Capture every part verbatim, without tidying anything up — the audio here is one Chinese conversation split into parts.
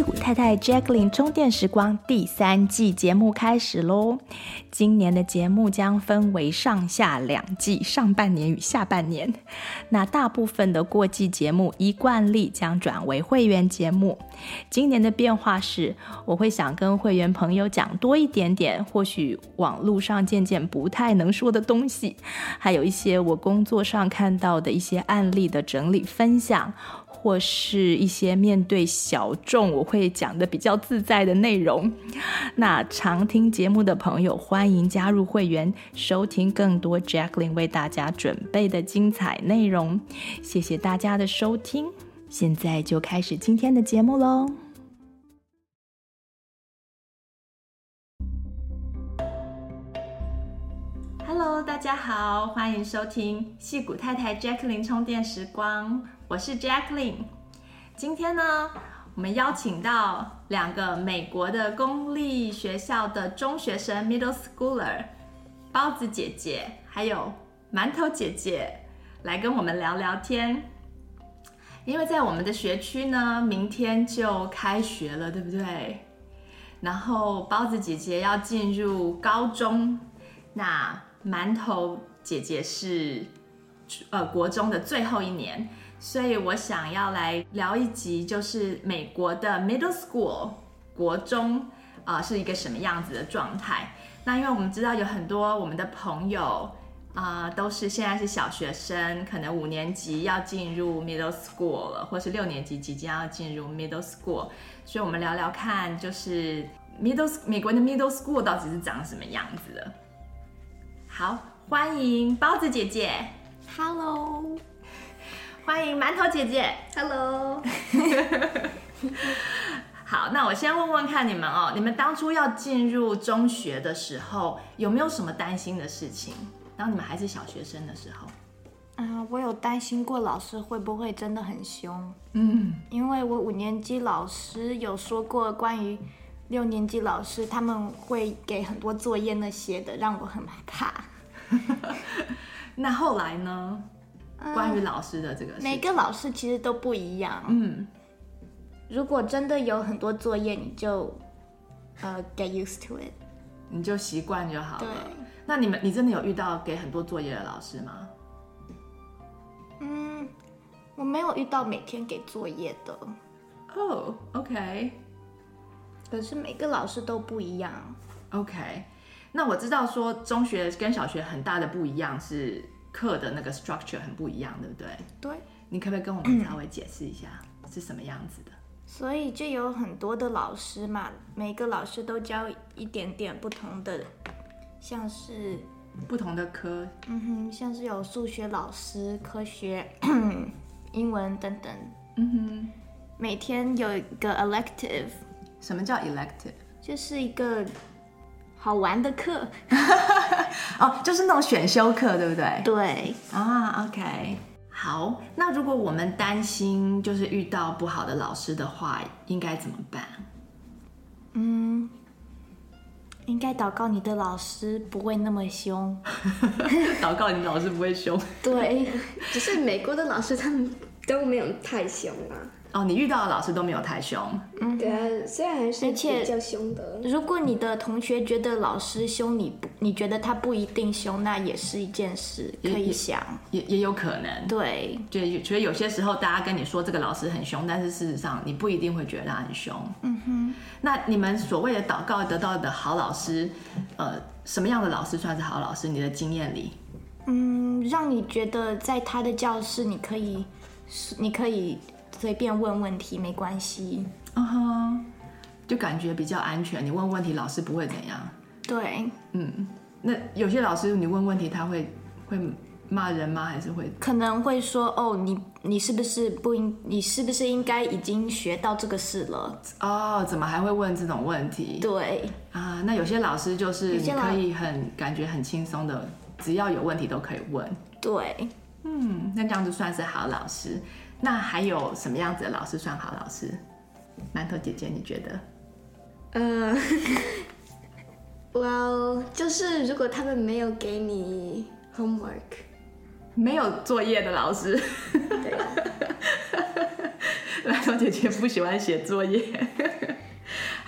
矽谷太太 Jacqueline 充电时光第三季节目开始咯。今年的节目将分为上下两季，上半年与下半年。那大部分的过季节目依惯例将转为会员节目。今年的变化是，我会想跟会员朋友讲多一点点或许网络上渐渐不太能说的东西，还有一些我工作上看到的一些案例的整理分享，或是一些面对小众我会讲的比较自在的内容。那常听节目的朋友欢迎加入会员，收听更多 Jacqueline 为大家准备的精彩内容。谢谢大家的收听，现在就开始今天的节目咯。Hello， 大家好，欢迎收听矽谷太太 Jacqueline 充电时光，我是 Jacqueline。今天呢，我们邀请到两个美国的公立学校的中学生 Middle Schooler， 包子姐姐还有馒头姐姐来跟我们聊聊天。因为在我们的学区呢，明天就开学了，对不对？然后包子姐姐要进入高中，那馒头姐姐是呃国中的最后一年，所以我想要来聊一集，就是美国的 middle school 国中啊、呃、是一个什么样子的状态。那因为我们知道有很多我们的朋友啊、呃、都是现在是小学生，可能五年级要进入 middle school 了，或是六年级即将要进入 middle school， 所以我们聊聊看，就是 middle 美国的 middle school 到底是长什么样子的。好，欢迎包子姐姐 Hello， 欢迎馒头姐姐 Hello。 好，那我先问问看你们哦，你们当初要进入中学的时候，有没有什么担心的事情？当你们还是小学生的时候。 Uh, 我有担心过老师会不会真的很凶， 嗯， 因为我五年级老师有说过关于六年级老师他们会给很多作业那些的，让我很怕。 那后来呢？关于老师的这个事情， 每个老师其实都不一样。 嗯， 如果真的有很多作业，你就呃、uh, get used to it， 你就习惯就好了。 对。 那你们，你真的有遇到给很多作业的老师吗？ 嗯，我没有遇到每天给作业的。 哦、oh, ，OK。 可是每个老师都不一样。 OK， 那我知道说中学跟小学很大的不一样是课的那个 structure 很不一样，对不对？ 对。 你可不可以跟我们稍微解释一下、嗯、是什么样子的？ 所以就有很多的老师嘛，每个老师都教一点点不同的，像是不同的科， 嗯哼，像是有数学老师、科学、英文等等。 嗯哼， 每天有一个 elective。 什么叫 elective？ 就是一个好玩的课。 哦，就是那种选修课，对不对？ 对。 啊 ，OK。好，那如果我们担心就是遇到不好的老师的话，应该怎么办？ 嗯，应该祷告你的老师不会那么凶。 祷告你老师不会凶。 对。 只是美国的老师他们都没有太凶啊。 哦，你遇到的老师都没有太凶。 嗯，对啊，虽然还是比较凶的。 如果你的同学觉得老师凶你，你觉得他不一定凶，那也是一件事可以想， 也 也, 也有可能。 对， 就所以有些时候大家跟你说这个老师很凶，但是事实上你不一定会觉得他很凶。 嗯哼。 那你们所谓的祷告得到的好老师，呃，什么样的老师算是好老师？你的经验里？ 嗯，让你觉得在他的教室你可以，你可以随便问问题，没关系。 嗯哼， uh-huh, 就感觉比较安全。你问问题，老师不会怎样。 对。 嗯，那有些老师你问问题，他会会骂人吗？还是会可能会说哦，你你是不是不应，你是不是应该已经学到这个事了？ 哦，怎么还会问这种问题？ 对啊，那有些老师就是你可以很感觉很轻松的，只要有问题都可以问。 对。 嗯，那这样子算是好老师。那还有什么样子的老师算好老师？馒头姐姐，你觉得？ 呃 ，Well， 就是如果他们没有给你 homework， 没有作业的老师。 对啊。 馒头姐姐不喜欢写作业。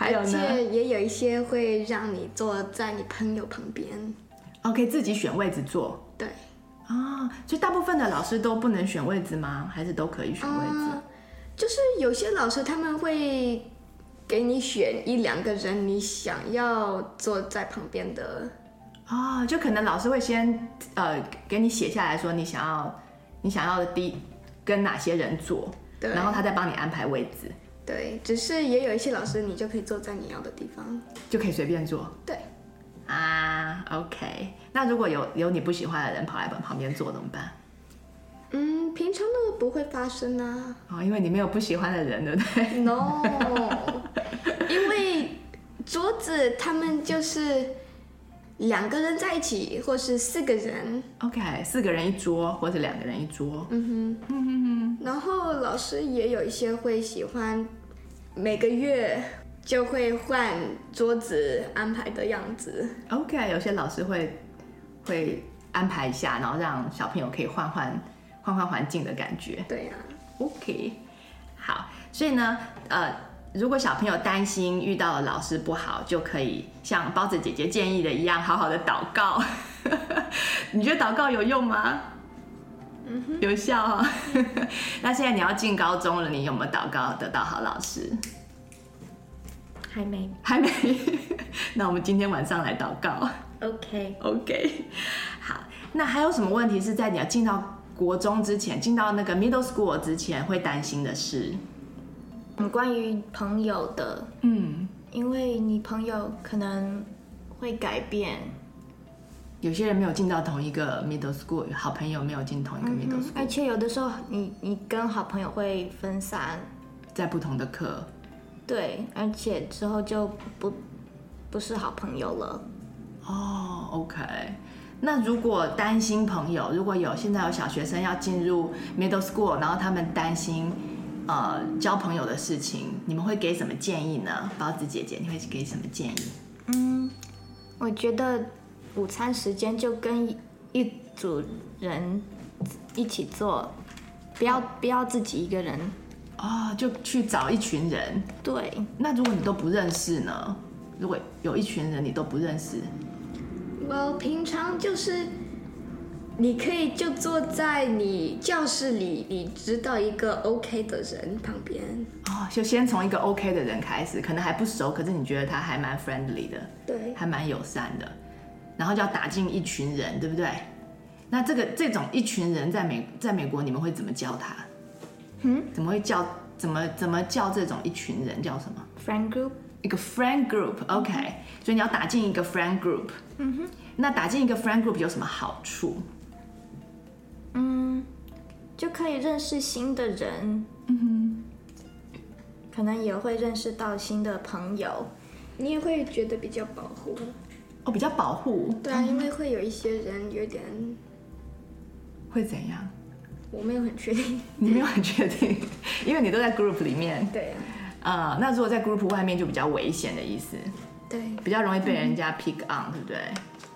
还有呢？ 而且也有一些会让你坐在你朋友旁边。 哦，可以自己选位置坐。 对。 哦，所以大部分的老师都不能选位置吗？还是都可以选位置？ 呃、就是有些老师他们会给你选一两个人你想要坐在旁边的。 哦，就可能老师会先呃给你写下来说你想要你想要的第跟哪些人坐，然后他再帮你安排位置。 对，只是也有一些老师你就可以坐在你要的地方， 就可以随便坐。 对。 啊 ，OK， 那如果有有你不喜欢的人跑来旁边坐怎么办？ 嗯，平常都不会发生啊。 哦，因为你没有不喜欢的人，对不对 ？No， 因为桌子他们就是两个人在一起，或是四个人。 OK， 四个人一桌，或者两个人一桌。 嗯哼，嗯哼哼。然后老师也有一些会喜欢每个月就会换桌子安排的样子。 OK， 有些老师会会安排一下，然后让小朋友可以换换换换环境的感觉。 对呀、啊。 OK， 好，所以呢，呃，如果小朋友担心遇到了老师不好，就可以像包子姐姐建议的一样，好好的祷告。你觉得祷告有用吗？嗯哼，有效啊、哦。那现在你要进高中了，你有没有祷告得到好老师？ 还没， 还没。那我们今天晚上来祷告。 OK OK， 好。那还有什么问题是在你要进到国中之前，进到那个 middle school 之前会担心的事？ 嗯，关于朋友的，嗯，因为你朋友可能会改变。 有些人没有进到同一个 middle school， 好朋友没有进同一个 middle school，、嗯、 而且有的时候你你跟好朋友会分散在不同的课。 对，而且之后就不不是好朋友了。 哦 ，OK。那如果担心朋友，如果有现在有小学生要进入 middle school， 然后他们担心呃交朋友的事情，你们会给什么建议呢？包子姐姐，你会给什么建议？ 嗯，我觉得午餐时间就跟一组人一起做，不要不要自己一个人。 哦，就去找一群人。 对。 那如果你都不认识呢？如果有一群人你都不认识， 我平常就是你可以就坐在你教室里，你知道一个 OK 的人旁边。 哦，就先从一个 OK 的人开始，可能还不熟，可是你觉得他还蛮 friendly 的， 对， 还蛮友善的，然后就要打进一群人，对不对？那这个这种一群人在美在美国你们会怎么叫他？嗯，怎么会叫怎么怎么叫这种一群人叫什么 ？Friend group。 一个 friend group，OK，、okay 嗯、所以你要打进一个 friend group。嗯哼。那打进一个 friend group 有什么好处？ 嗯，就可以认识新的人。嗯哼。可能也会认识到新的朋友， 你也会觉得比较保护。 哦，比较保护。 对啊，因为会有一些人有点会怎样？ 我没有很确定。 你没有很确定，因为你都在 group 里面。 对啊。 呃，那如果在 group 外面就比较危险的意思。 对。比较容易被人家 pick on，、嗯、对不对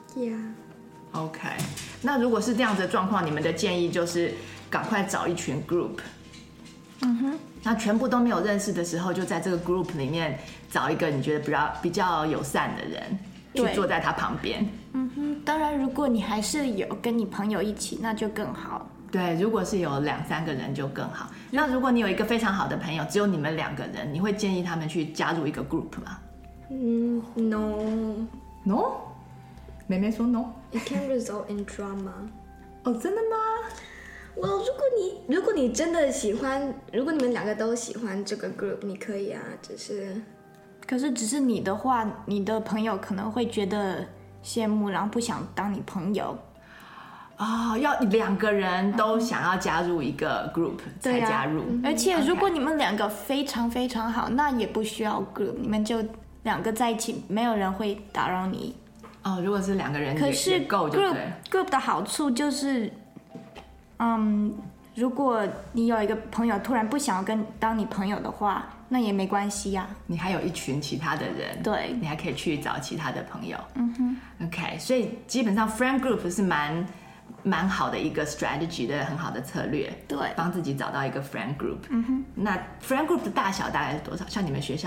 ？Yeah。OK。 那如果是这样子的状况，你们的建议就是赶快找一群 group。嗯哼。那全部都没有认识的时候，就在这个 group 里面找一个你觉得比较比较友善的人，去坐在他旁边。 嗯哼。当然，如果你还是有跟你朋友一起，那就更好。 对，如果是有两三个人就更好。那如果你有一个非常好的朋友，只有你们两个人，你会建议他们去加入一个 group 吗？ 嗯 ，no。No？ 妹妹说 no。 It can result in drama。 哦，真的吗 ？Well， 如果你如果你真的喜欢，如果你们两个都喜欢这个 group， 你可以啊，只是。 可是只是你的话，你的朋友可能会觉得羡慕，然后不想当你朋友。 哦，要两个人都想要加入一个 group 才加入、 啊、而且如果你们两个非常非常好，那也不需要 group， 你们就两个在一起，没有人会打扰你。 哦，如果是两个人可是 group group 的好处就是，嗯，如果你有一个朋友突然不想要跟当你朋友的话，那也没关系呀、啊。 你还有一群其他的人， 对， 你还可以去找其他的朋友。嗯哼 ，OK， 所以基本上 friend group 是蛮。蛮好的一个 strategy 的很好的策略， 对， 帮自己找到一个 friend group。嗯哼，那 friend group 的大小大概是多少？像你们学校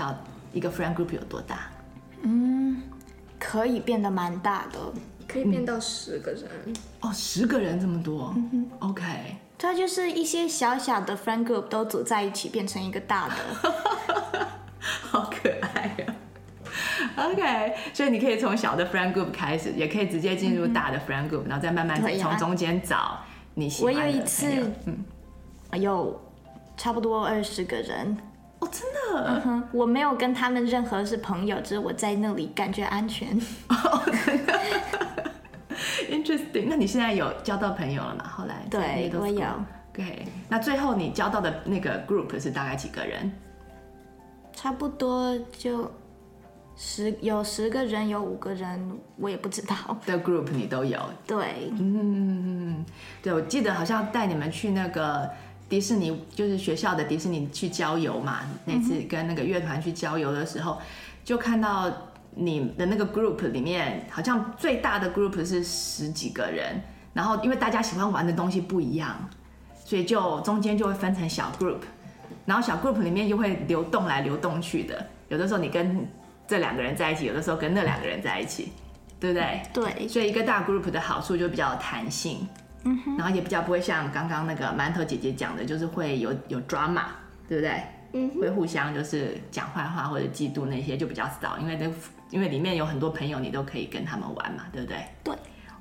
一个 friend group 有多大？ 嗯，可以变得蛮大的， 可以变到十个人。 嗯、哦，十个人这么多、嗯、？OK。 它就是一些小小的 friend group 都组在一起变成一个大的， 好可爱啊。OK， 所以你可以从小的 friend group 开始，也可以直接进入大的 friend group，、嗯、然后再慢慢从中间找你喜欢的朋友。 我有一次，嗯，有差不多二十个人。 哦，真的？ 嗯哼，我没有跟他们任何是朋友，只是我在那里感觉安全。 哦，真的。Interesting。那你现在有交到朋友了吗？后来对，我有。 OK， 那最后你交到的那个 group 是大概几个人？ 差不多就十，有十个人，有五个人，我也不知道。 的 group 你都有？ 对， 嗯，对，我记得好像带你们去那个迪士尼，就是学校的迪士尼去郊游嘛。那次跟那个乐团去郊游的时候，就看到你的那个 group 里面，好像最大的 group 是十几个人，然后因为大家喜欢玩的东西不一样，所以就中间就会分成小 group， 然后小 group 里面又会流动来流动去的，有的时候你跟这两个人在一起，有的时候跟那两个人在一起，对不对？ 对。 所以一个大 group 的好处就比较有弹性，嗯哼，然后也比较不会像刚刚那个馒头姐姐讲的，就是会有有 drama， 对不对？嗯，会互相就是讲坏话或者嫉妒那些就比较少，因为那因为里面有很多朋友，你都可以跟他们玩嘛，对不对？ 对。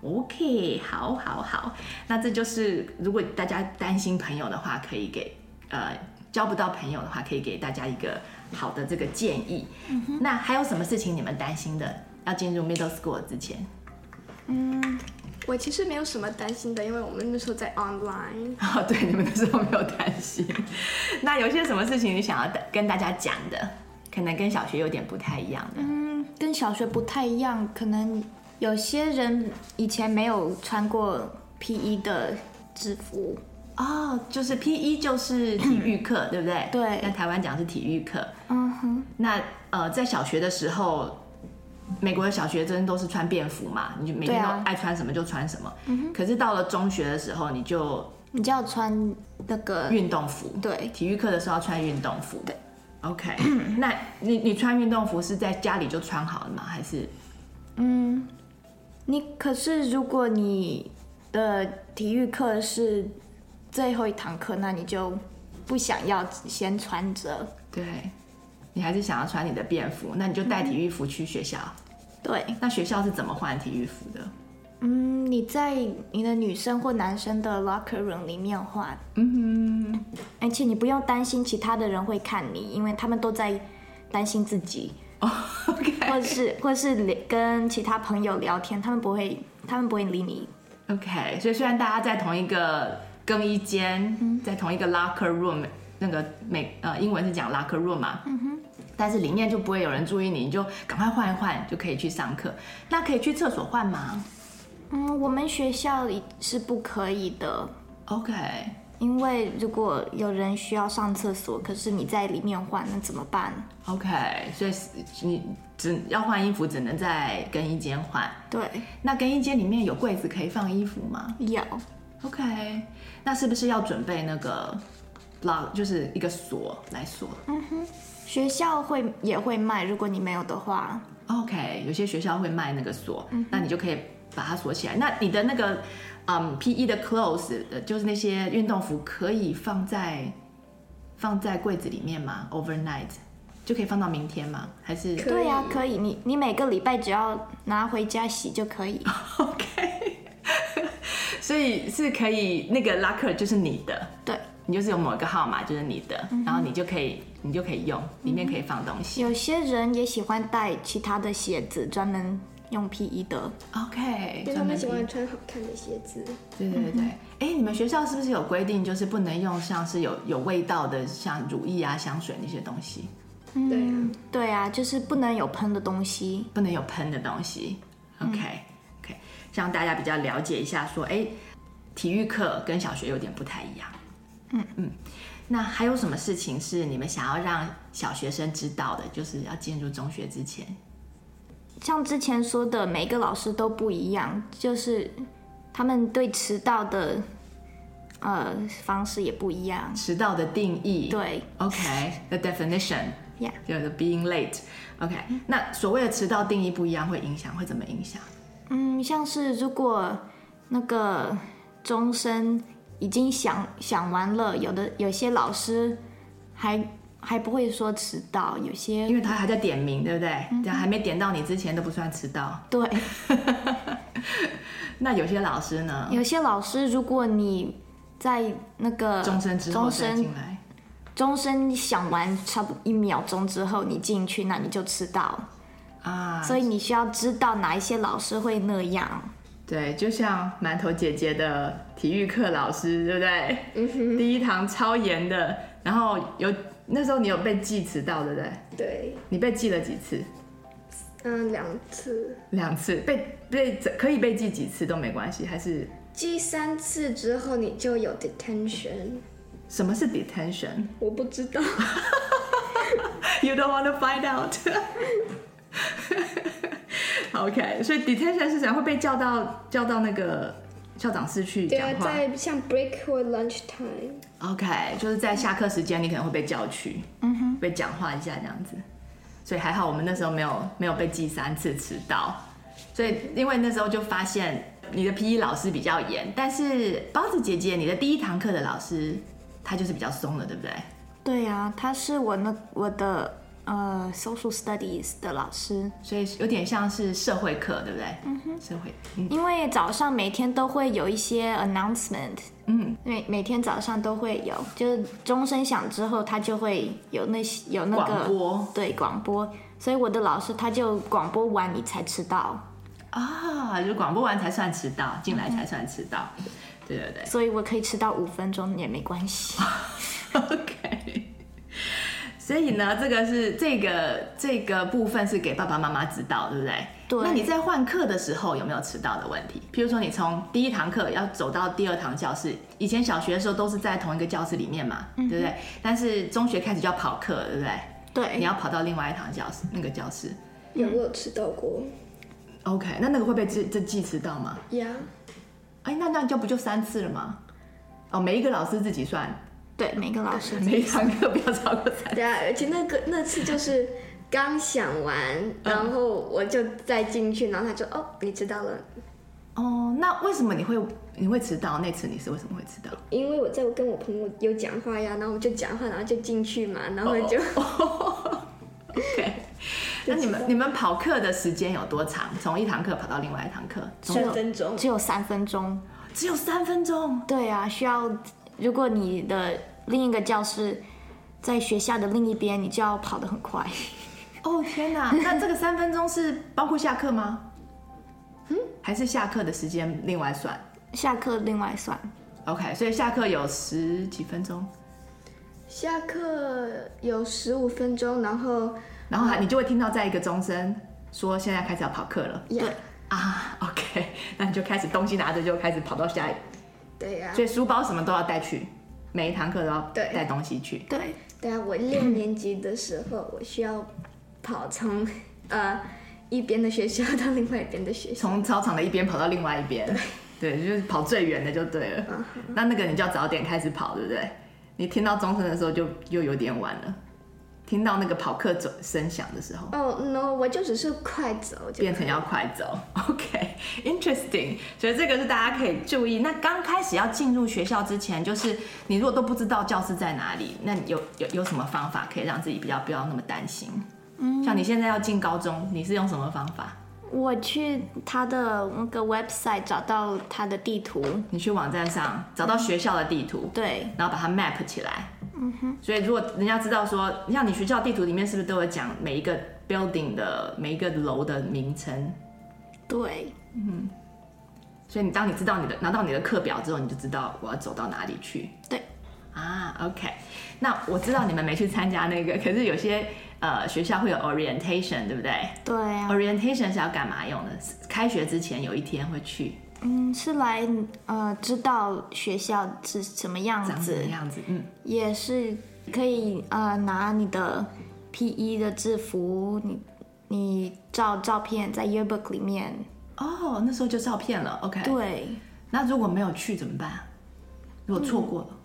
OK， 好，好，好，那这就是如果大家担心朋友的话，可以给呃交不到朋友的话，可以给大家一个好的这个建议。嗯、那还有什么事情你们担心的？要进入 middle school 之前？ 嗯，我其实没有什么担心的，因为我们那时候在 online。 哦，对，你们那时候没有担心。那有些什么事情你想要跟大家讲的，可能跟小学有点不太一样的？ 嗯，跟小学不太一样，可能有些人以前没有穿过 P E 的制服。 哦，就是 P E 就是体育课，对不对？ 对。 在台湾讲是体育课。 嗯哼。 那呃，在小学的时候，美国的小学生都是穿便服嘛，你就每天都爱穿什么就穿什么。嗯、可是到了中学的时候，你就你就要穿那个运动服。 对。 体育课的时候要穿运动服。 对。 OK， 那你你穿运动服是在家里就穿好了吗？还是？ 嗯，你可是如果你的体育课是最后一堂课，那你就不想要先穿着。 对，你还是想要穿你的便服，那你就带体育服去学校。 嗯、对。 那学校是怎么换体育服的？ 嗯，你在你的女生或男生的 locker room 里面换。 嗯哼。 而且你不用担心其他的人会看你，因为他们都在担心自己。 哦、oh, OK。 或是或是跟其他朋友聊天，他们不会，他们不会理你。 OK， 所以虽然大家在同一个更衣间，嗯、在同一个 locker room， 那个美呃英文是讲 locker room 嘛，嗯哼，但是里面就不会有人注意你，你就赶快换一换就可以去上课。那可以去厕所换吗？ 嗯，我们学校里是不可以的。 OK， 因为如果有人需要上厕所，可是你在里面换，那怎么办 ？OK， 所以你只要换衣服，只能在更衣间换。 对。 那更衣间里面有柜子可以放衣服吗？ 有。 OK， 那是不是要准备那个 lock， 就是一个锁来锁？ 嗯哼，学校会也会卖，如果你没有的话。 OK， 有些学校会卖那个锁，嗯、那你就可以把它锁起来。那你的那个嗯 P E 的 clothes， 就是那些运动服，可以放在放在柜子里面吗 ？Overnight 就可以放到明天吗？还是？ 对呀、啊，可以。你你每个礼拜只要拿回家洗就可以。 OK， 所以是可以，那个 locker 就是你的。 对。 你就是有某一个号码就是你的，嗯、然后你就可以你就可以用，里面可以放东西。 有些人也喜欢带其他的鞋子，专门用 P E 的。 OK， 因为他们喜欢穿好看的鞋子。 对对对，哎、嗯，你们学校是不是有规定，就是不能用像是有有味道的，像乳液啊、香水那些东西？ 嗯、对啊，对啊，就是不能有喷的东西， 不能有喷的东西。OK、嗯、OK， 让大家比较了解一下，说，哎，体育课跟小学有点不太一样。嗯嗯，那还有什么事情是你们想要让小学生知道的？就是要进入中学之前， 像之前说的，每个老师都不一样，就是他们对迟到的呃方式也不一样， 迟到的定义。 对 ，OK，the definition Yeah. 就是 being late. OK， 那所谓的迟到定义不一样，会影响会怎么影响？ 嗯，像是如果那个钟声已经响响完了，有的有些老师还还不会说迟到，有些因为他还在点名，对不对？这样还没点到你之前都不算迟到。 对。 那有些老师呢？ 有些老师，如果你在那个钟声之后再进来， 钟声响完差不多一秒钟之后你进去，那你就迟到啊。 所以你需要知道哪一些老师会那样。 对，就像馒头姐姐的体育课老师，对不对？嗯哼。第一堂超严的，然后有那时候你有被记迟到，对不对？ 对。 你被记了几次？ 嗯，两次。 两次被被可以被记几次都没关系，还是记三次之后你就有 detention。 什么是 detention？ 我不知道。 You don't want to find out 。OK， 所以 detention 是怎会被叫到叫到那个校长室去讲话？ 对啊，在像 break 或 lunch time。 OK， 就是在下课时间你可能会被叫去，嗯哼，被讲话一下这样子。所以还好我们那时候没有没有被记三次迟到，所以因为那时候就发现你的 P E 老师比较严，但是包子姐姐你的第一堂课的老师他就是比较松的，对不对？ 对啊，他是我那我的呃 social studies 的老师， 所以有点像是社会课，对不对？嗯哼，社会、嗯。 因为早上每天都会有一些 announcement， 嗯，每每天早上都会有，就是钟声响之后，他就会有那些有那个广播， 对广播，所以我的老师他就广播完你才迟到啊，就广播完才算迟到，进来才算迟到，嗯、对对对， 所以我可以迟到五分钟也没关系。 OK。所以呢，这个是这个这个部分是给爸爸妈妈知道，对不对？ 对。 那你在换课的时候有没有迟到的问题？譬如说，你从第一堂课要走到第二堂教室，以前小学的时候都是在同一个教室里面嘛，嗯、对不对？但是中学开始就要跑课，对不对？ 对。 你要跑到另外一堂教室，那个教室。 有没有迟到过 ？OK， 那那个会被这这记迟到吗？ 呀。 哎，那那就不就三次了吗？哦，每一个老师自己算。 对，每个老师每一堂课不要超过三次。 对啊，而且那个那次就是刚想完，然后我就再进去，然后他就哦，你知道了。 哦，那为什么你会你会迟到？那次你是为什么会迟到？ 因为我在跟我朋友有讲话呀，然后我就讲话，然后就进去嘛，然后就。 Oh. OK， 那你们你们跑课的时间有多长？从一堂课跑到另外一堂课？ 三分钟。 只有三分钟。 只有三分钟？ 对啊，需要。如果你的另一个教室在学校的另一边，你就要跑得很快。 哦天哪！那这个三分钟是包括下课吗？嗯，还是下课的时间另外算？ 下课另外算。 OK， 所以下课有十几分钟。 下课有十五分钟，然后然后你就会听到在一个钟声说现在开始要跑课了。 对啊 ，OK， 那你就开始东西拿着就开始跑到下一。 对呀、啊， 所以书包什么都要带去，每一堂课都要带东西去。 对， 对啊，我六年级的时候，我需要跑从呃一边的学校到另外一边的学校， 从操场的一边跑到另外一边，对，对，就是跑最远的就对了。Uh-huh. 那那个你就要早点开始跑，对不对？你听到钟声的时候就又有点晚了。听到那个跑课走声响的时候， 哦、oh, no， 我就只是快走， 变成要快走。OK，interesting、okay, 所以这个是大家可以注意。那刚开始要进入学校之前，就是你如果都不知道教室在哪里，那你有有有什么方法可以让自己比较不要那么担心？嗯，像你现在要进高中，你是用什么方法？ 我去他的那个 website 找到他的地图， 你去网站上找到学校的地图， 对， 然后把它 map 起来。嗯哼，所以如果人家知道说，像你学校地图里面是不是都有讲每一个 building 的每一个楼的名称？ 对， 嗯，所以你当你知道你的拿到你的课表之后，你就知道我要走到哪里去。 对， 啊 ，OK， 那我知道你们没去参加那个，可是有些呃学校会有 orientation， 对不对？ 对啊 ，orientation 是要干嘛用的？开学之前有一天会去。 嗯，是来呃知道学校是什么样子， 长什么样子，嗯， 也是可以呃拿你的 P E 的制服，你你照照片在 yearbook 里面。 哦，那时候就照片了 ，OK。 对。 那如果没有去怎么办？如果错过了？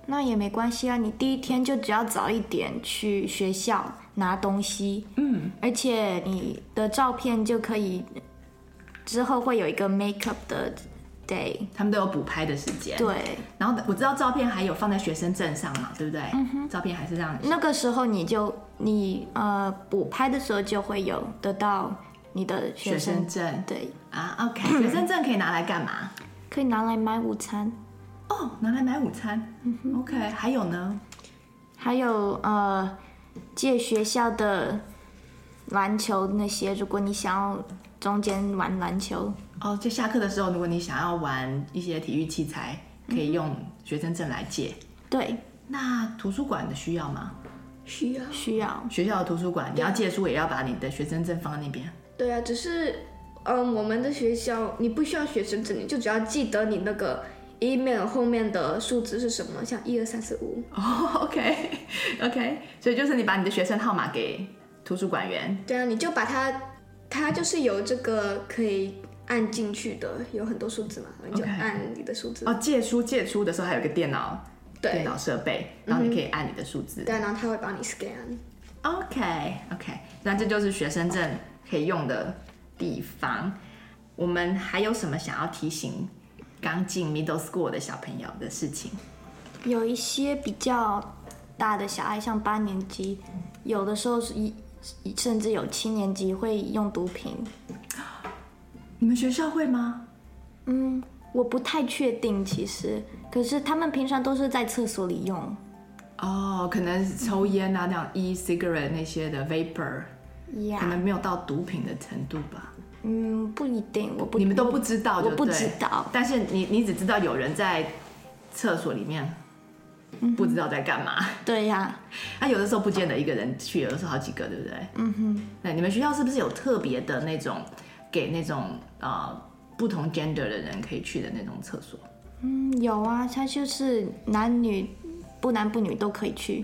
那也没关系啊，你第一天就只要早一点去学校拿东西，嗯，而且你的照片就可以之后会有一个 make up 的 day， 他们都有补拍的时间。 对， 然后我知道照片还有放在学生证上嘛，对不对？嗯哼，照片还是让那个时候你就你呃补拍的时候就会有得到你的学生学生证。 对啊 ，OK， 学生证可以拿来干嘛？ 可以拿来买午餐。 哦，拿来买午餐。嗯 OK， 还有呢？ 还有呃借学校的篮球那些，如果你想要中间玩篮球。 哦，就下课的时候，如果你想要玩一些体育器材，可以用学生证来借。 对。 那图书馆的需要吗？ 需要。 需要。 学校的图书馆，你要借书也要把你的学生证放在那边。 对啊，只是嗯，我们的学校你不需要学生证，你就只要记得你那个 email 后面的数字是什么，像一二三四五。 哦 ，OK OK， 所以就是你把你的学生号码给图书馆员。 对啊，你就把它，它就是有这个可以按进去的，有很多数字嘛，你就按你的数字。 哦，借书借出的时候还有个电脑， 对， 电脑设备，然后你可以按你的数字。 对，然后它会帮你 scan。 OK OK， 那这就是学生证可以用的地方。我们还有什么想要提醒刚进 middle school 的小朋友的事情？ 有一些比较大的小孩，像八年级，有的时候是一甚至有七年级会用毒品。 你们学校会吗？ 嗯，我不太确定，其实，可是他们平常都是在厕所里用。 哦，可能抽烟啊，那种 e-cigarette 那些的 vapor， yeah. 可能没有到毒品的程度吧。 嗯，不一定，我不， 你们都不知道就对， 我不知道。 但是你你只知道有人在厕所里面，不知道在干嘛。 嗯、对呀、啊， 那、啊、有的时候不见得一个人去，有的时候好几个，对不对？嗯哼。那你们学校是不是有特别的那种给那种呃不同 gender 的人可以去的那种厕所？ 嗯，有啊，它就是男女不男不女都可以去。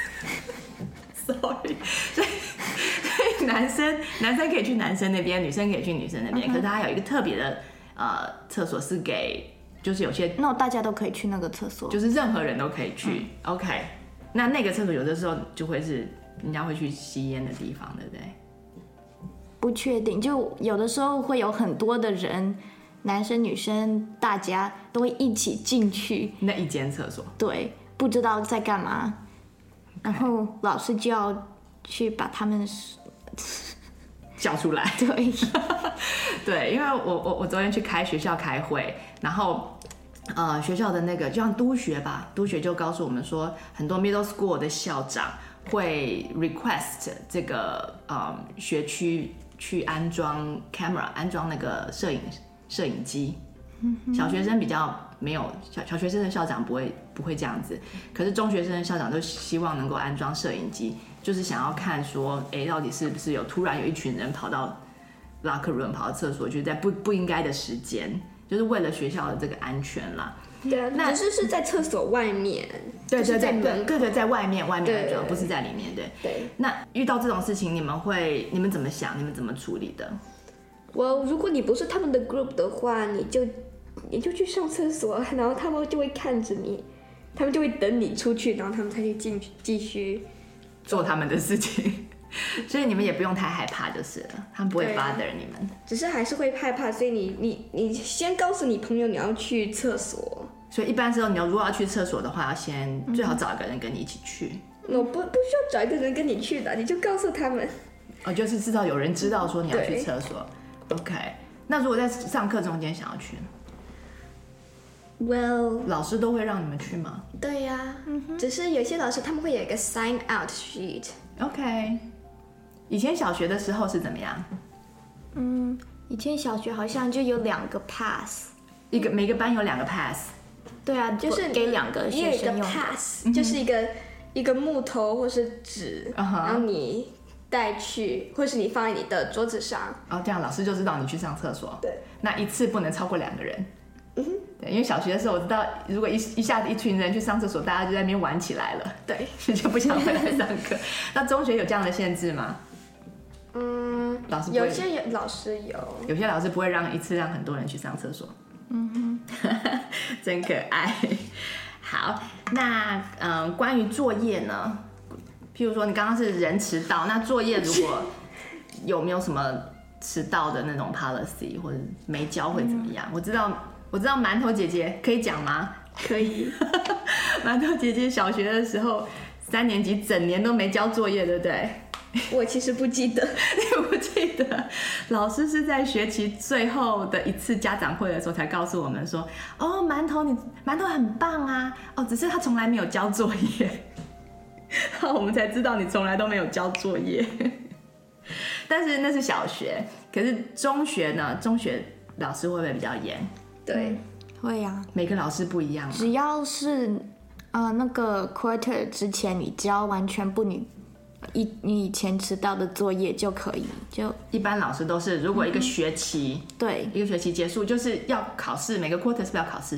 Sorry， 所以所以男生男生可以去男生那边，女生可以去女生那边。Uh-huh. 可是它有一个特别的呃厕所是给，就是有些那、no, 大家都可以去那个厕所， 就是任何人都可以去。嗯、OK， 那那个厕所有的时候就会是人家会去吸烟的地方，对不对？ 不确定，就有的时候会有很多的人，男生女生大家都会一起进去那一间厕所。 对，不知道在干嘛。然后老师就要去把他们叫出来。 对， 对，因为我我我昨天去开学校开会，然后呃学校的那个就像督学吧，督学就告诉我们说，很多 middle school 的校长会 request 这个呃学区去安装 camera， 安装那个摄影摄影机。小学生比较没有，小小学生的校长不会不会这样子，可是中学生的校长都希望能够安装摄影机，就是想要看说，哎，到底是不是有突然有一群人跑到 locker room 跑到厕所，就是在不不应该的时间，就是为了学校的这个安全啦。 对啊，那只是是在厕所外面， 对对对对对对，在外面外面安装，不是在里面，对。 对。 那遇到这种事情，你们会你们怎么想？你们怎么处理的？ 我如果你不是他们的 group 的话，你就你就去上厕所，然后他们就会看着你，他们就会等你出去，然后他们才去进去继续做他们的事情。所以你们也不用太害怕就是了，他们不会 bother 你们。 只是还是会害怕，所以你你你先告诉你朋友你要去厕所。 所以一般时候你要如果要去厕所的话，要先、嗯、最好找一个人跟你一起去。 我不不需要找一个人跟你去的，你就告诉他们。 哦，就是知道有人知道说你要去厕所。OK， 那如果在上课中间想要去呢 ？Well， 老师都会让你们去吗？ 对呀、啊嗯，只是有些老师他们会有一个 sign out sheet。 OK， 以前小学的时候是怎么样？ 嗯，以前小学好像就有两个 pass， 一个每个班有两个 pass。 对啊，就是给两个学生用的。 一个 pass、嗯、就是一个一个木头或是纸， uh-huh. 然后你带去，或是你放在你的桌子上。 哦，这样老师就知道你去上厕所。 对。 那一次不能超过两个人。 嗯哼。 对，因为小学的时候我知道，如果一一下子一群人去上厕所，大家就在那边玩起来了。 对。 就不想回来上课。那中学有这样的限制吗？ 嗯， 老师有些有老师有， 有些老师不会让一次让很多人去上厕所。 嗯哼， 真可爱。 好，那嗯、呃，关于作业呢？譬如说你刚刚是人迟到，那作业如果有没有什么迟到的那种 policy 或者没交会怎么样？嗯、我知道，我知道馒头姐姐可以讲吗？ 可以。 馒头姐姐小学的时候，三年级整年都没交作业，对不对？ 我其实不记得， 你不记得？老师是在学期最后的一次家长会的时候才告诉我们说：“哦，馒头你馒头很棒啊，哦，只是他从来没有交作业。”然后我们才知道你从来都没有交作业。但是那是小学，可是中学呢？中学老师会不会比较严？ 对，嗯、 会啊。 每个老师不一样。 只要是呃那个 quarter 之前你交完全部你以你以前迟到的作业就可以。就一般老师都是，如果一个学期、嗯、 对一个学期结束，就是要考试，每个 quarter 是不是要考试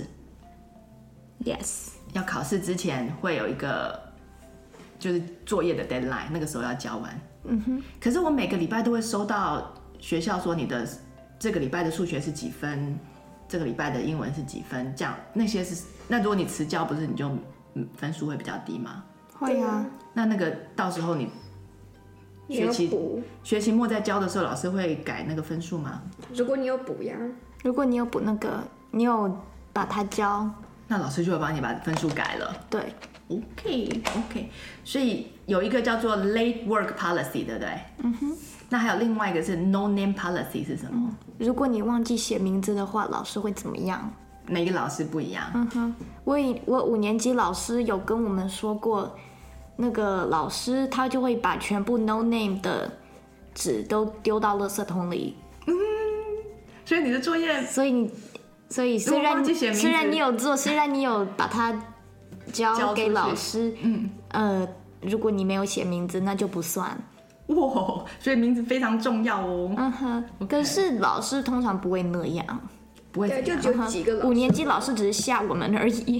？Yes， 要考试之前会有一个就是作业的 deadline， 那个时候要交完。嗯哼。可是我每个礼拜都会收到学校说你的这个礼拜的数学是几分，这个礼拜的英文是几分，这样那些是那如果你迟交，不是你就分数会比较低吗？ 会啊。 那那个到时候你学期学期末在交的时候，老师会改那个分数吗？ 如果你有补呀， 如果你有补那个，你有把它交， 那老师就会帮你把分数改了。 对。 OK OK， 所以有一个叫做 late work policy， 对不对？嗯哼。那还有另外一个是 no name policy 是什么？嗯、 如果你忘记写名字的话，老师会怎么样？ 每个老师不一样。 嗯哼，我我五年级老师有跟我们说过，那个老师他就会把全部 no name 的纸都丢到垃圾桶里。 嗯，所以你的作业， 所以你，所以虽然虽然你有做，虽然你有把它交给老师，嗯，呃，如果你没有写名字，那就不算。 哇，所以名字非常重要哦。 嗯哼， okay. 可是老师通常不会那样， 不会， 就只有几个老师。 五年级老师只是吓我们而已。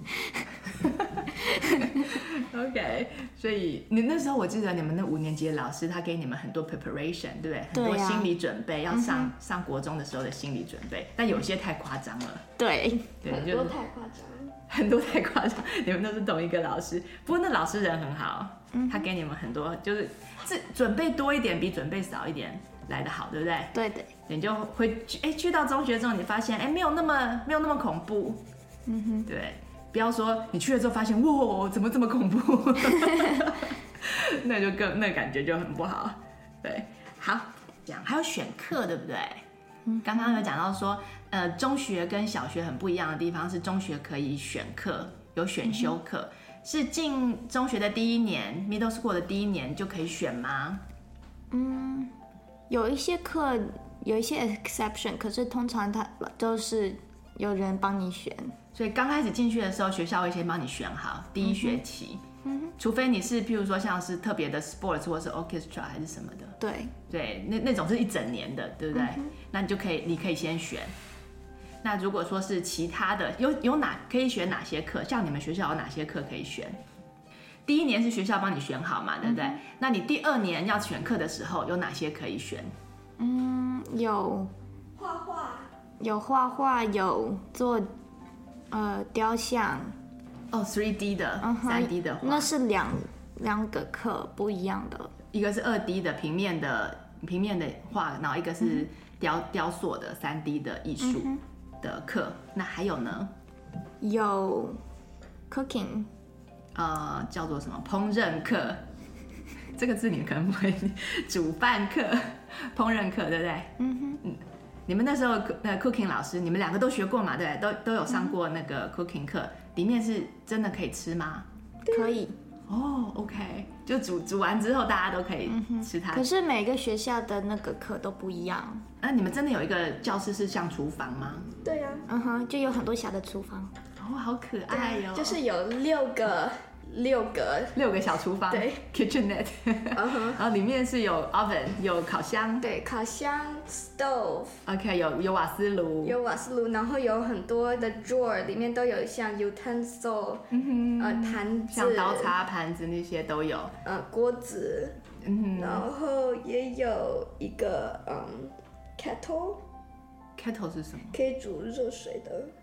OK， 所以你那时候我记得你们那五年级的老师，他给你们很多 preparation， 对不对？ 对啊、 很多心理准备，要上、嗯、上国中的时候的心理准备，但有些太夸张了。 对， 对， 很多太夸张。 很多太夸张，你们都是同一个老师，不过那老师人很好，嗯、他给你们很多，就是准备多一点比准备少一点来得好，对不对？ 对的， 你就会哎去到中学之后，你发现哎没有那么没有那么恐怖，嗯哼，对，不要说你去了之后发现哇怎么这么恐怖，那就更那感觉就很不好，对，好，这样还有选课，对不对？刚刚有讲到说，呃，中学跟小学很不一样的地方是，中学可以选课，有选修课，嗯、是进中学的第一年 ，middle school 的第一年就可以选吗？ 嗯，有一些课有一些 exception， 可是通常它都是有人帮你选。 所以刚开始进去的时候，学校会先帮你选好第一学期。嗯哼，除非你是，譬如说像是特别的 sports 或是 orchestra 还是什么的， 对对，那那种是一整年的，对不对？嗯、那你就可以，你可以先选。那如果说是其他的，有有哪可以选哪些课？像你们学校有哪些课可以选？第一年是学校帮你选好嘛，对不对？嗯、那你第二年要选课的时候，有哪些可以选？ 嗯，有画画， 有画画，有做呃雕像。 哦 三 D 的、uh-huh, 三 D 的画， 那是两两个课不一样的， 一个是二 D 的平面的平面的画，然后一个是雕、嗯、雕塑的三 D 的艺术的课、嗯。那还有呢？ 有 cooking， 呃，叫做什么烹饪课？这个字你们可能不会，煮饭课、烹饪课，对不对？嗯哼，嗯。你们那时候那个 cooking 老师，你们两个都学过嘛？对不对？都都有上过那个 cooking 课，里面是真的可以吃吗？ 可以。 哦 ，OK， 就煮煮完之后大家都可以吃它。 可是每个学校的那个课都不一样。 那你们真的有一个教室是像厨房吗？ 对呀、 啊，嗯哼，就有很多小的厨房。 哦，好可爱哟、哦！ 就是有六个。六个六个小厨房， 对 ，kitchenette，、uh-huh. 然后里面是有 oven， 有烤箱， 对，烤箱 stove， OK， 有有瓦斯炉， 有瓦斯炉，然后有很多的 drawer， 里面都有像 utensil，、嗯、呃，盘子， 像刀叉、盘子那些都有， 呃，锅子，嗯、然后也有一个嗯 kettle，kettle 是什么？ 可以煮热水的。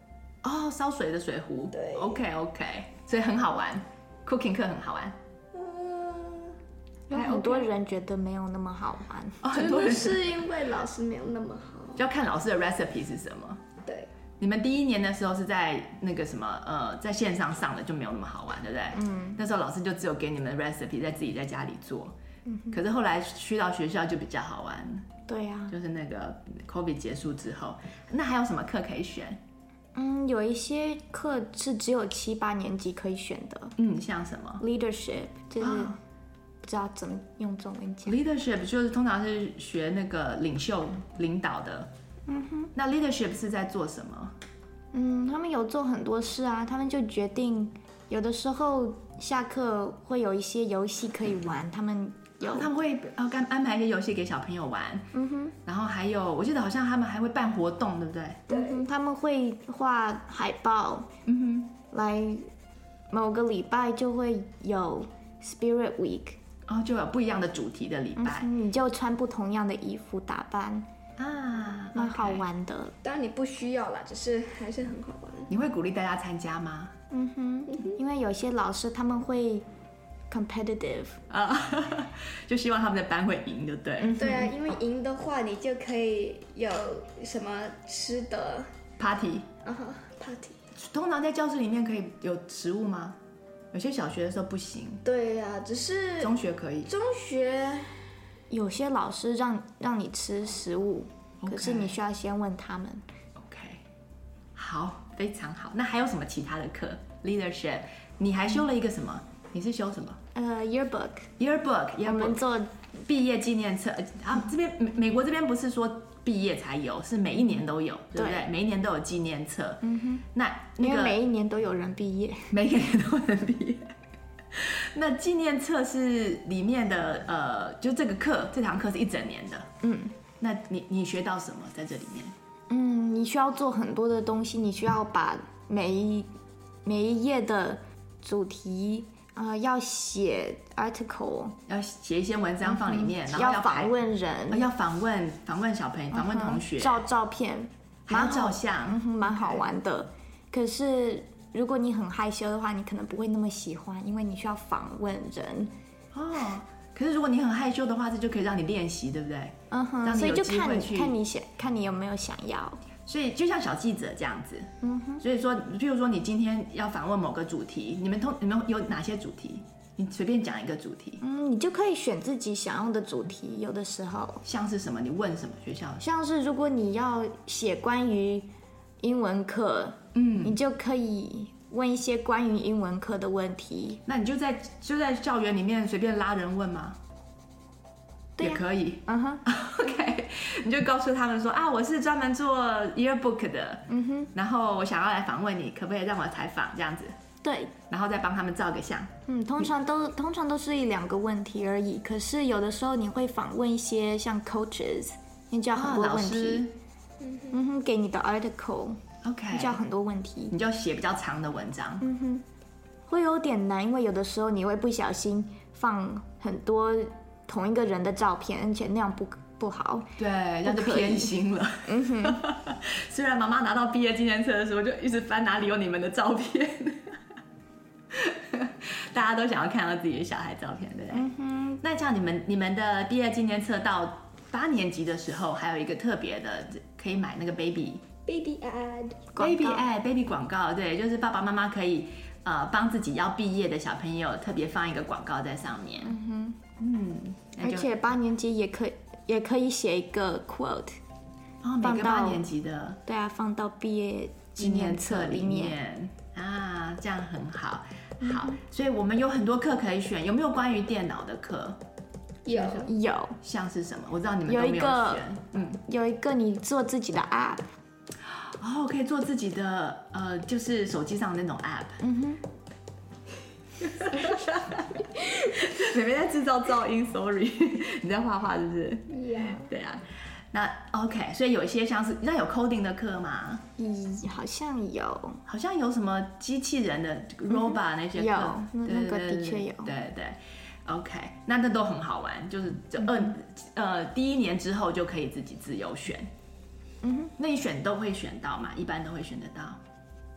哦，烧水的水壶。 对 ，OK OK， 所以很好玩 ，cooking 课很好玩。 有很多人觉得没有那么好玩。 哦，很多人是因为老师没有那么好， 就要看老师的 recipe 是什么。 对。 你们第一年的时候是在那个什么呃，在线上上的，就没有那么好玩，对不对？嗯。那时候老师就只有给你们 recipe， 在自己在家里做。嗯。可是后来去到学校就比较好玩。 对呀、啊。 就是那个 COVID 结束之后，那还有什么课可以选？ 嗯，有一些课是只有七八年级可以选的。 嗯，像什么 ？Leadership 就是、 哦、 不知道怎么用中文讲。 Leadership 就是通常是学那个领袖、领导的。嗯哼。那 Leadership 是在做什么？ 嗯，他们有做很多事啊，他们就决定有的时候下课会有一些游戏可以玩，他们有、 哦、他们会呃安安排一些游戏给小朋友玩。嗯哼。然后还有，我记得好像他们还会办活动，对不对？ 对、嗯，他们会画海报。嗯哼。来某个礼拜就会有 Spirit Week。 哦，就有不一样的主题的礼拜。 嗯，你就穿不同样的衣服打扮。啊，蛮好玩的。 当然你不需要啦，只是还是很好玩。 你会鼓励大家参加吗？ 嗯哼，因为有些老师他们会 competitive 啊，就希望他们的班会赢，对不对？ 对啊，因为赢的话，你就可以有什么吃的 party 啊哈 party。 通常在教室里面可以有食物吗？有些小学的时候不行。 对啊，只是中学可以。 中学。 有些老师让让你吃食物， okay. 可是你需要先问他们。 OK， 好，非常好。那还有什么其他的课 ？Leadership， 你还修了一个什么？你是修什么？ 呃、uh, ，yearbook，yearbook， 我们做毕业纪念册。啊，这边美美国这边不是说毕业才有，是每一年都有，对不对？每一年都有纪念册。嗯哼。那那个因为每一年都有人毕业， 每一年都有人毕业。那纪念册是里面的呃，就这个课，这堂课是一整年的。嗯，那你你学到什么在这里面？ 嗯，你需要做很多的东西，你需要把每一每一页的主题啊、呃，要写 article， 要写一些文章放里面，嗯、然后要访问人， 呃、要访问访问小朋友，访问同学， 照照片， 还要照相， 蛮、嗯、好玩的。可是如果你很害羞的话，你可能不会那么喜欢，因为你需要访问人。 哦，可是如果你很害羞的话，这就可以让你练习，对不对？ 嗯哼，所以就看你看你想看你有没有想要。 所以就像小记者这样子。嗯哼。所以说，譬如说你今天要访问某个主题，你们通你们有哪些主题？你随便讲一个主题。 嗯，你就可以选自己想要的主题。有的时候像是什么？你问什么学校？ 像是如果你要写关于英文课，嗯，你就可以问一些关于英文课的问题。 那你就在就在校园里面随便拉人问吗？ 对啊、 也可以。 嗯哼 ，OK， 你就告诉他们说啊，我是专门做 yearbook 的，嗯哼，然后我想要来访问你，可不可以让我采访这样子？ 对， 然后再帮他们照个相。 嗯，通常都通常都是一两个问题而已。可是有的时候你会访问一些像 coaches， 你就要很多问题。哦、嗯哼，给你的 article。OK， 你就要很多问题， 你就要写比较长的文章。 嗯哼，会有点难，因为有的时候你会不小心放很多同一个人的照片，而且那样不不好。 对，这样就偏心了。嗯哼，虽然妈妈拿到毕业纪念册的时候就一直翻哪里有你们的照片，大家都想要看到自己的小孩照片，对不对？嗯哼。那像你们你们的毕业纪念册到八年级的时候，还有一个特别的，可以买那个 baby。 Baby ad， Baby ad， Baby 广告，对，就是爸爸妈妈可以呃帮自己要毕业的小朋友特别放一个广告在上面。嗯哼， 嗯，而且八年级也可以也可以写一个 quote， 哦，每个八年级的， 对啊，放到毕业纪念册里面啊，这样很好。好，所以我们有很多课可以选，有没有关于电脑的课？ 有有， 像是什么？我知道你们都没有选。有一个， 嗯，有一个你做自己的 app。 哦，可以做自己的呃，就是手机上的那种 app。嗯哼。妹妹在制造噪音 ，sorry， 你在画画是不是？ Yeah。 对啊，那 OK， 所以有一些像是，那有 coding 的课吗？ 嗯，好像有， 好像有什么机器人的 robot 那些课， 有，那个的确有。 对对 ，OK， 那那都很好玩，就是就二、嗯、呃第一年之后就可以自己自由选。嗯，那你选都会选到吗？一般都会选得到。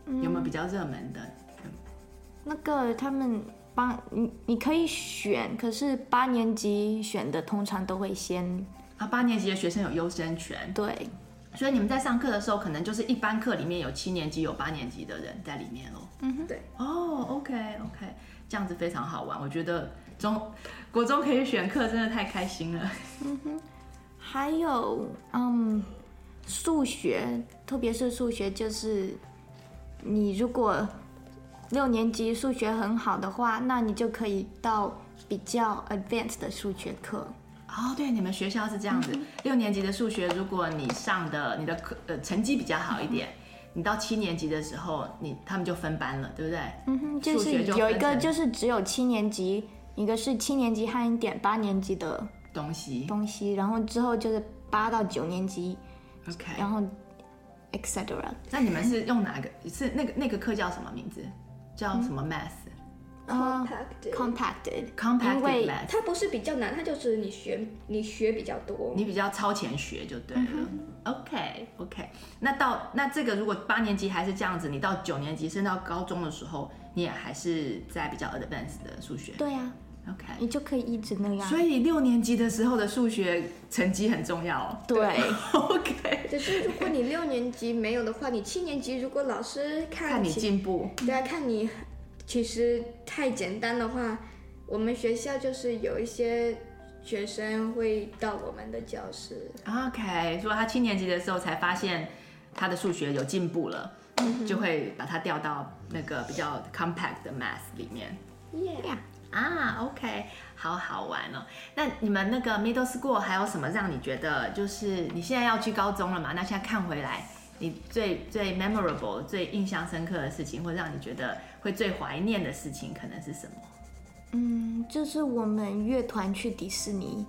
有没有比较热门的？ 那个他们帮你，你可以选，可是八年级选的通常都会先啊，八年级的学生有优先权。 对， 所以你们在上课的时候，可能就是一般课里面有七年级、有八年级的人在里面咯。 嗯哼，对。 哦 ，OK OK， 这样子非常好玩。我觉得中国中可以选课，真的太开心了。 嗯哼，还有嗯，数学，特别是数学，就是你如果六年级数学很好的话，那你就可以到比较 advanced 的数学课。 哦，对，你们学校是这样子，嗯、六年级的数学，如果你上的你的课呃成绩比较好一点，嗯、你到七年级的时候，你他们就分班了，对不对？ 嗯哼，就是有一个就是只有七年级，一个是七年级和一点八年级的东西东西，然后之后就是八到九年级 ，OK， 然后 et cetera。 那你们是用哪个？是那个那个课叫什么名字？叫什么 math？Compacted， compacted， compacted math， 它不是比较难，它就是你学你学比较多， 你比较超前学就对了。嗯、OK OK， 那到那这个如果八年级还是这样子，你到九年级升到高中的时候，你也还是在比较 advanced 的数学。 对啊 ，OK， 你就可以一直那样。 所以六年级的时候的数学成绩很重要。 对 ，OK。 可是如果你六年级没有的话，你七年级如果老师看看你进步， 对啊，看你。其实太简单的话，我们学校就是有一些学生会到我们的教室。 OK， 所以他七年级的时候才发现他的数学有进步了，嗯、就会把他调到那个比较 compact 的 math 里面。 Yeah， 啊 ，OK， 好好玩哦。那你们那个 middle school 还有什么让你觉得就是你现在要去高中了嘛？那现在看回来，你最最 memorable、最印象深刻的事情，或让你觉得会最怀念的事情，可能是什么？ 嗯，就是我们乐团去迪士尼。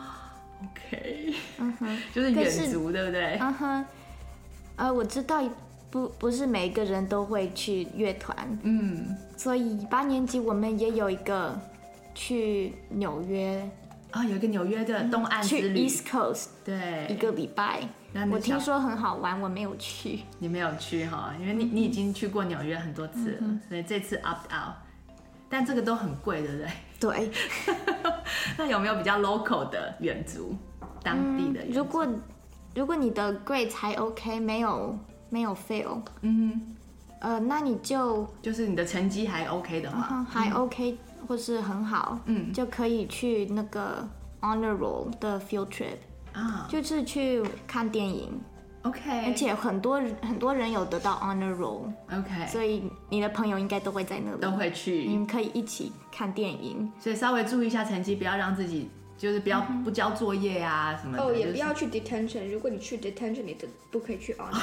OK， 嗯哼， 就是远足，对不对？ 嗯哼，呃，我知道不不是每个人都会去乐团， 嗯， 所以八年级我们也有一个去纽约。 啊、哦，有一个纽约的东岸之旅， 去 East Coast， 对， 一个礼拜。我听说很好玩，我没有去。 你没有去哈，因为你、嗯、你已经去过纽约很多次了，嗯、所以这次 opt out。但这个都很贵，对不对？ 对。 那有没有比较 local 的远足，当地的远足？ 嗯、如果如果你的 grades 还 OK， 没有没有 fail， 嗯， 呃，那你就就是你的成绩还 OK 的话， 嗯、还 OK、嗯、或是很好， 嗯， 就可以去那个 honor roll 的 field trip。啊，就是去看电影 ，OK， 而且很多很多人有得到 honor roll，OK， 所以你的朋友应该都会在那里， 都会去， 你们可以一起看电影， 所以稍微注意一下成绩，不要让自己就是不要不交作业啊什么的， 哦，也不要去 detention， 如果你去 detention， 你不可以去 honor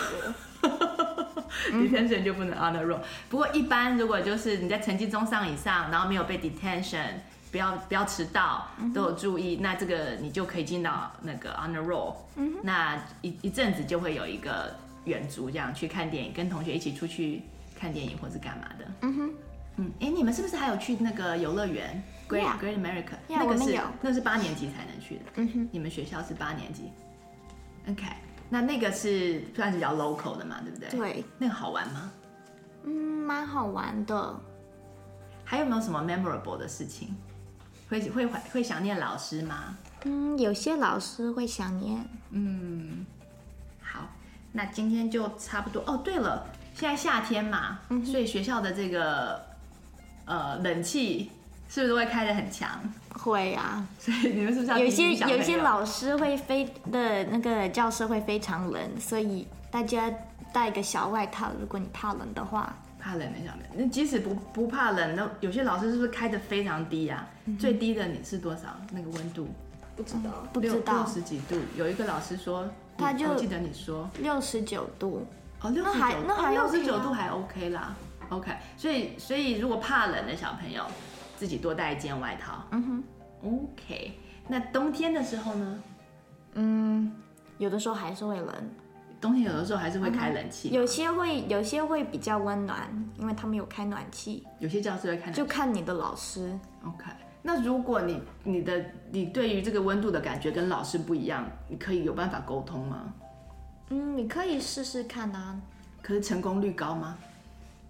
roll，detention 就不能 honor roll。不过一般如果就是你在成绩中上以上，然后没有被 detention。不要不要迟到，都有注意，嗯、那这个你就可以进到那个 honor roll，嗯、那一一阵子就会有一个远足，这样去看电影，跟同学一起出去看电影或是干嘛的。嗯哼，嗯，哎，你们是不是还有去那个游乐园 Great yeah. Great America？ Yeah, 那个是那个是八年级才能去的。嗯哼，你们学校是八年级 ，OK， 那那个是算是比较 local 的嘛，对不对？ 对， 那个好玩吗？ 嗯，蛮好玩的。 还有没有什么 memorable 的事情？会会会想念老师吗？ 嗯，有些老师会想念。 嗯，好，那今天就差不多。哦，对了，现在夏天嘛，嗯、所以学校的这个呃冷气是不是都会开得很强？ 会啊， 所以你们是不是要有些有些老师会非的那个教室会非常冷，所以大家带一个小外套，如果你怕冷的话。 怕冷的小朋友，那即使不不怕冷，那有些老师是不是开得非常低啊？嗯、最低的你是多少？那个温度？ 不知道， 嗯、不知道， 六十几度。有一个老师说， 他就我记得你说六十九度。 哦，六十九， 那还六十九度还 OK 啦 ，OK。所以所以如果怕冷的小朋友，自己多带一件外套。嗯哼 ，OK。那冬天的时候呢？ 嗯，有的时候还是会冷。 冬天有的时候还是会开冷气、 嗯，有些会有些会比较温暖，因为他们有开暖气。 有些教室会开暖气， 就看你的老师。 OK， 那如果你你的你对于这个温度的感觉跟老师不一样，你可以有办法沟通吗？ 嗯，你可以试试看啊。 可是成功率高吗？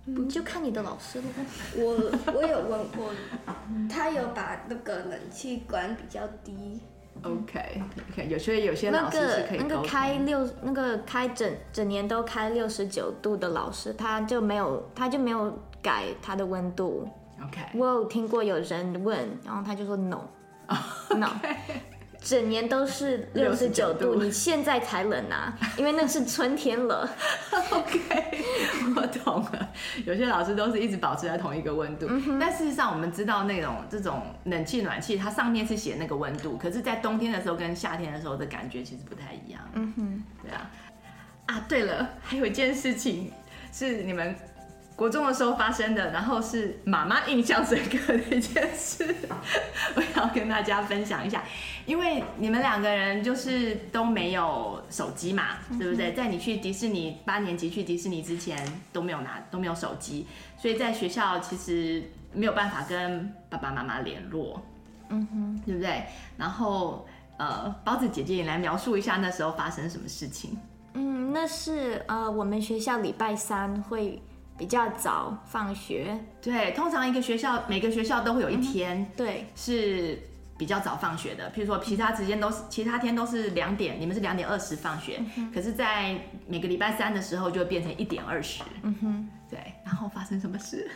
嗯，就看你的老师了。 我我有问过，他有把那个冷气关比较低。 OK OK， 有些有些老师是可以那个那个开六那个开整整年都开六十九度的老师，他就没有他就没有改他的温度。 OK， 我有听过有人问，然后他就说 no no， 整年都是六十九度，你现在才冷啊，因为那是春天了。 OK， 我懂了。有些老师都是一直保持在同一个温度，嗯、但事实上我们知道那种这种冷气、暖气，它上面是写那个温度，可是，在冬天的时候跟夏天的时候的感觉其实不太一样。嗯哼，对啊。啊，对了，还有一件事情是你们国中的时候发生的，然后是妈妈印象深刻的一件事，我要跟大家分享一下。因为你们两个人就是都没有手机嘛，对不对？在你去迪士尼八年级去迪士尼之前都没有拿都没有手机，所以在学校其实没有办法跟爸爸妈妈联络，嗯哼，对不对？然后呃，包子姐姐，你来描述一下那时候发生什么事情？ 嗯，那是呃，我们学校礼拜三会比较早放学。 对，通常一个学校每个学校都会有一天， 嗯、对， 是比较早放学的。譬如说，其他时间都是其他天都是两点，你们是两点二十放学，嗯、可是，在每个礼拜三的时候就会变成一点二十。嗯哼，对。然后发生什么事？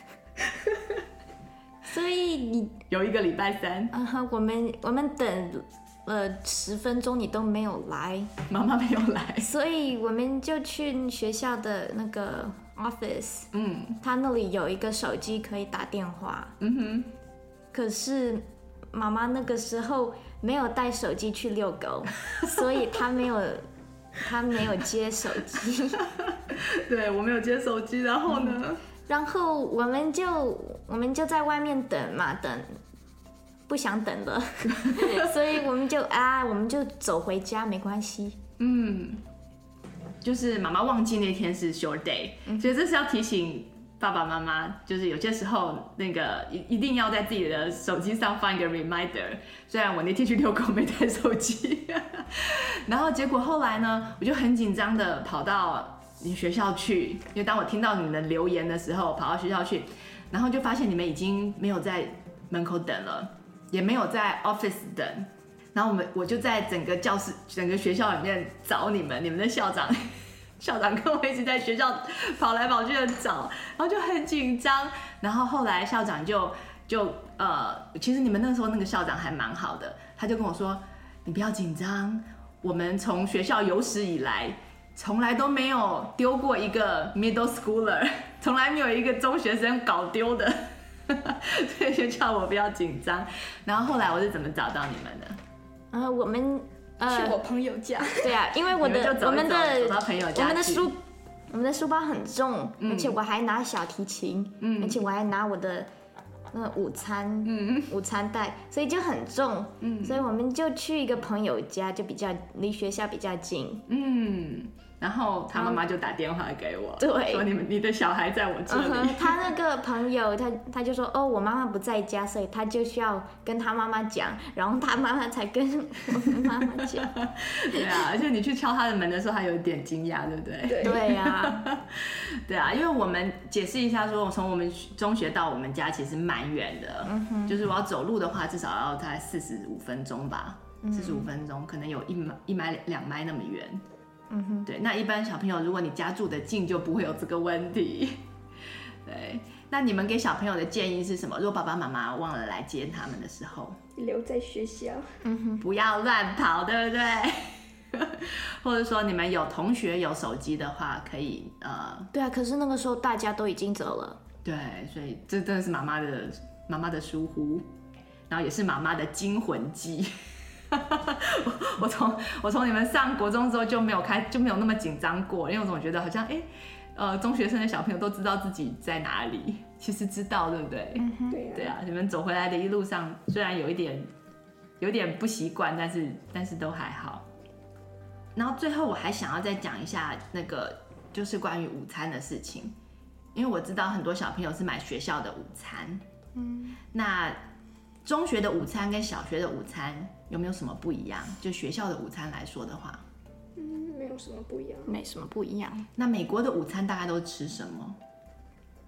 所以你有一个礼拜三， 嗯哼，我们我们等了十分钟，你都没有来， 妈妈没有来， 所以我们就去学校的那个 office， 嗯，他那里有一个手机可以打电话，嗯哼，可是妈妈那个时候没有带手机去遛狗，所以他没有他没有接手机， 对我没有接手机，然后呢？嗯， 然后我们就我们就在外面等嘛，等。不想等了，所以我们就啊，我们就走回家，没关系。嗯， 就是妈妈忘记那天是 short day，嗯，所以这是要提醒爸爸妈妈，就是有些时候那个一一定要在自己的手机上放一个 reminder。虽然我那天去遛狗没带手机，然后结果后来呢，我就很紧张的跑到你学校去，因为当我听到你们的留言的时候，跑到学校去，然后就发现你们已经没有在门口等了。也没有在 office 等，然后我们我就在整个教室、整个学校里面找你们，你们的校长，校长跟我一起在学校跑来跑去的找，然后就很紧张。然后后来校长就就呃，其实你们那时候那个校长还蛮好的，他就跟我说：“你不要紧张，我们从学校有史以来，从来都没有丢过一个 middle schooler， 从来没有一个中学生搞丢的。”所以就叫我不要紧张。然后后来我是怎么找到你们的？ 呃，我们呃去我朋友家。 对啊，因为我的走走我们的走到朋友家我们的书我们的书包很重， 嗯、 而且我还拿小提琴，嗯、而且我还拿我的那个午餐，嗯、午餐袋，所以就很重。嗯，所以我们就去一个朋友家，就比较离学校比较近。 嗯。然后他妈妈就打电话给我， 对， 说你们你的小孩在我这里。 Uh-huh, 他那个朋友，他他就说，哦，我妈妈不在家，所以他就需要跟他妈妈讲，然后他妈妈才跟我们妈妈讲。 对啊，而且你去敲他的门的时候，他有一点惊讶，对不对？ 对对呀， 对啊，因为我们解释一下说，从我们中学到我们家其实蛮远的，嗯哼，就是我要走路的话，至少要大概四十五分钟吧，四十五分钟，可能有一一迈两迈那么远。嗯哼，对，那一般小朋友，如果你家住得近，就不会有这个问题。对，那你们给小朋友的建议是什么？如果爸爸妈妈忘了来接他们的时候， 留在学校， 嗯哼， 不要乱跑，对不对？或者说你们有同学有手机的话，可以呃， 对啊，可是那个时候大家都已经走了， 对，所以这真的是妈妈的妈妈的疏忽，然后也是妈妈的惊魂记。我从我从你们上国中之后就没有开就没有那么紧张过，因为我总觉得好像哎、欸，呃，中学生的小朋友都知道自己在哪里，其实知道，对不对？ 嗯、 对啊， 对啊，你们走回来的一路上虽然有一点有点不习惯，但是但是都还好。然后最后我还想要再讲一下那个就是关于午餐的事情，因为我知道很多小朋友是买学校的午餐，嗯，那中学的午餐跟小学的午餐有没有什么不一样？就学校的午餐来说的话， 嗯，没有什么不一样， 没什么不一样。 那美国的午餐大概都吃什么？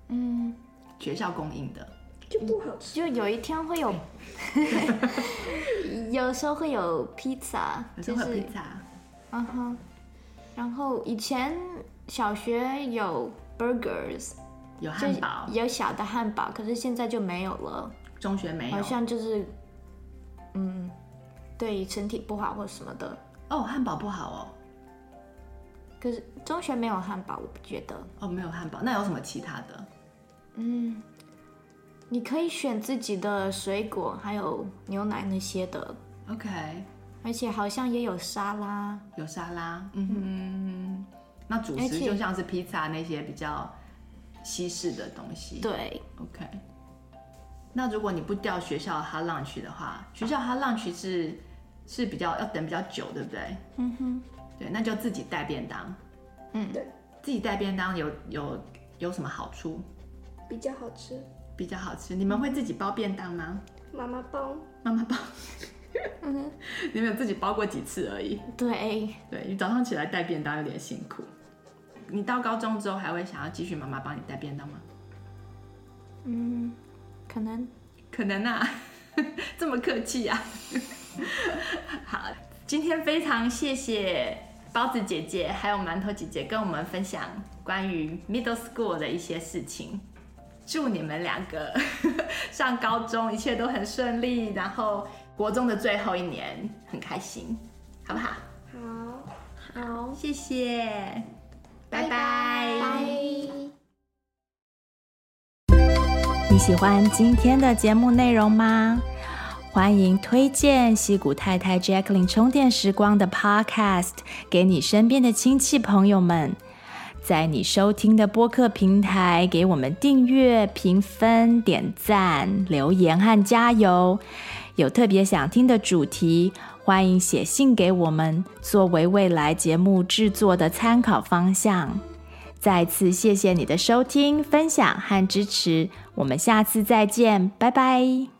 嗯， 学校供应的就不好吃。 就有一天会有，有时候会有披萨， 有时候会有披萨， 嗯哼。然后以前小学有 burgers， 有汉堡， 有小的汉堡，可是现在就没有了。 中学没有， 好像就是，嗯，对身体不好或什么的。 哦，汉堡不好哦。 可是中学没有汉堡，我不觉得。 哦，没有汉堡，那有什么其他的？ 嗯，你可以选自己的水果，还有牛奶那些的。 OK。 而且好像也有沙拉。 有沙拉，嗯哼。那主食就像是披萨那些比较西式的东西。 对。 OK。那如果你不调学校hot lunch的话，学校hot lunch是是比较要等比较久，对不对？ 嗯哼。 对，那就自己带便当。 嗯， 对。 自己带便当有有有什么好处？ 比较好吃。 比较好吃。你们会自己包便当吗？ 妈妈包。 妈妈包。嗯，你们有自己包过几次而已？ 对。 对，你早上起来带便当有点辛苦。你到高中之后还会想要继续妈妈帮你带便当吗？ 嗯，可能。 可能啊，这么客气啊。好，今天非常谢谢包子姐姐还有馒头姐姐跟我们分享关于 middle school 的一些事情。祝你们两个上高中一切都很顺利，然后国中的最后一年很开心，好不好？ 好， 好， 谢谢，拜拜。 拜。 你喜欢今天的节目内容吗？欢迎推荐矽谷太太 Jacqueline 充电时光的 Podcast 给你身边的亲戚朋友们。在你收听的播客平台给我们订阅、评分、点赞、留言和加油。有特别想听的主题，欢迎写信给我们，作为未来节目制作的参考方向。再次谢谢你的收听、分享和支持，我们下次再见，拜拜。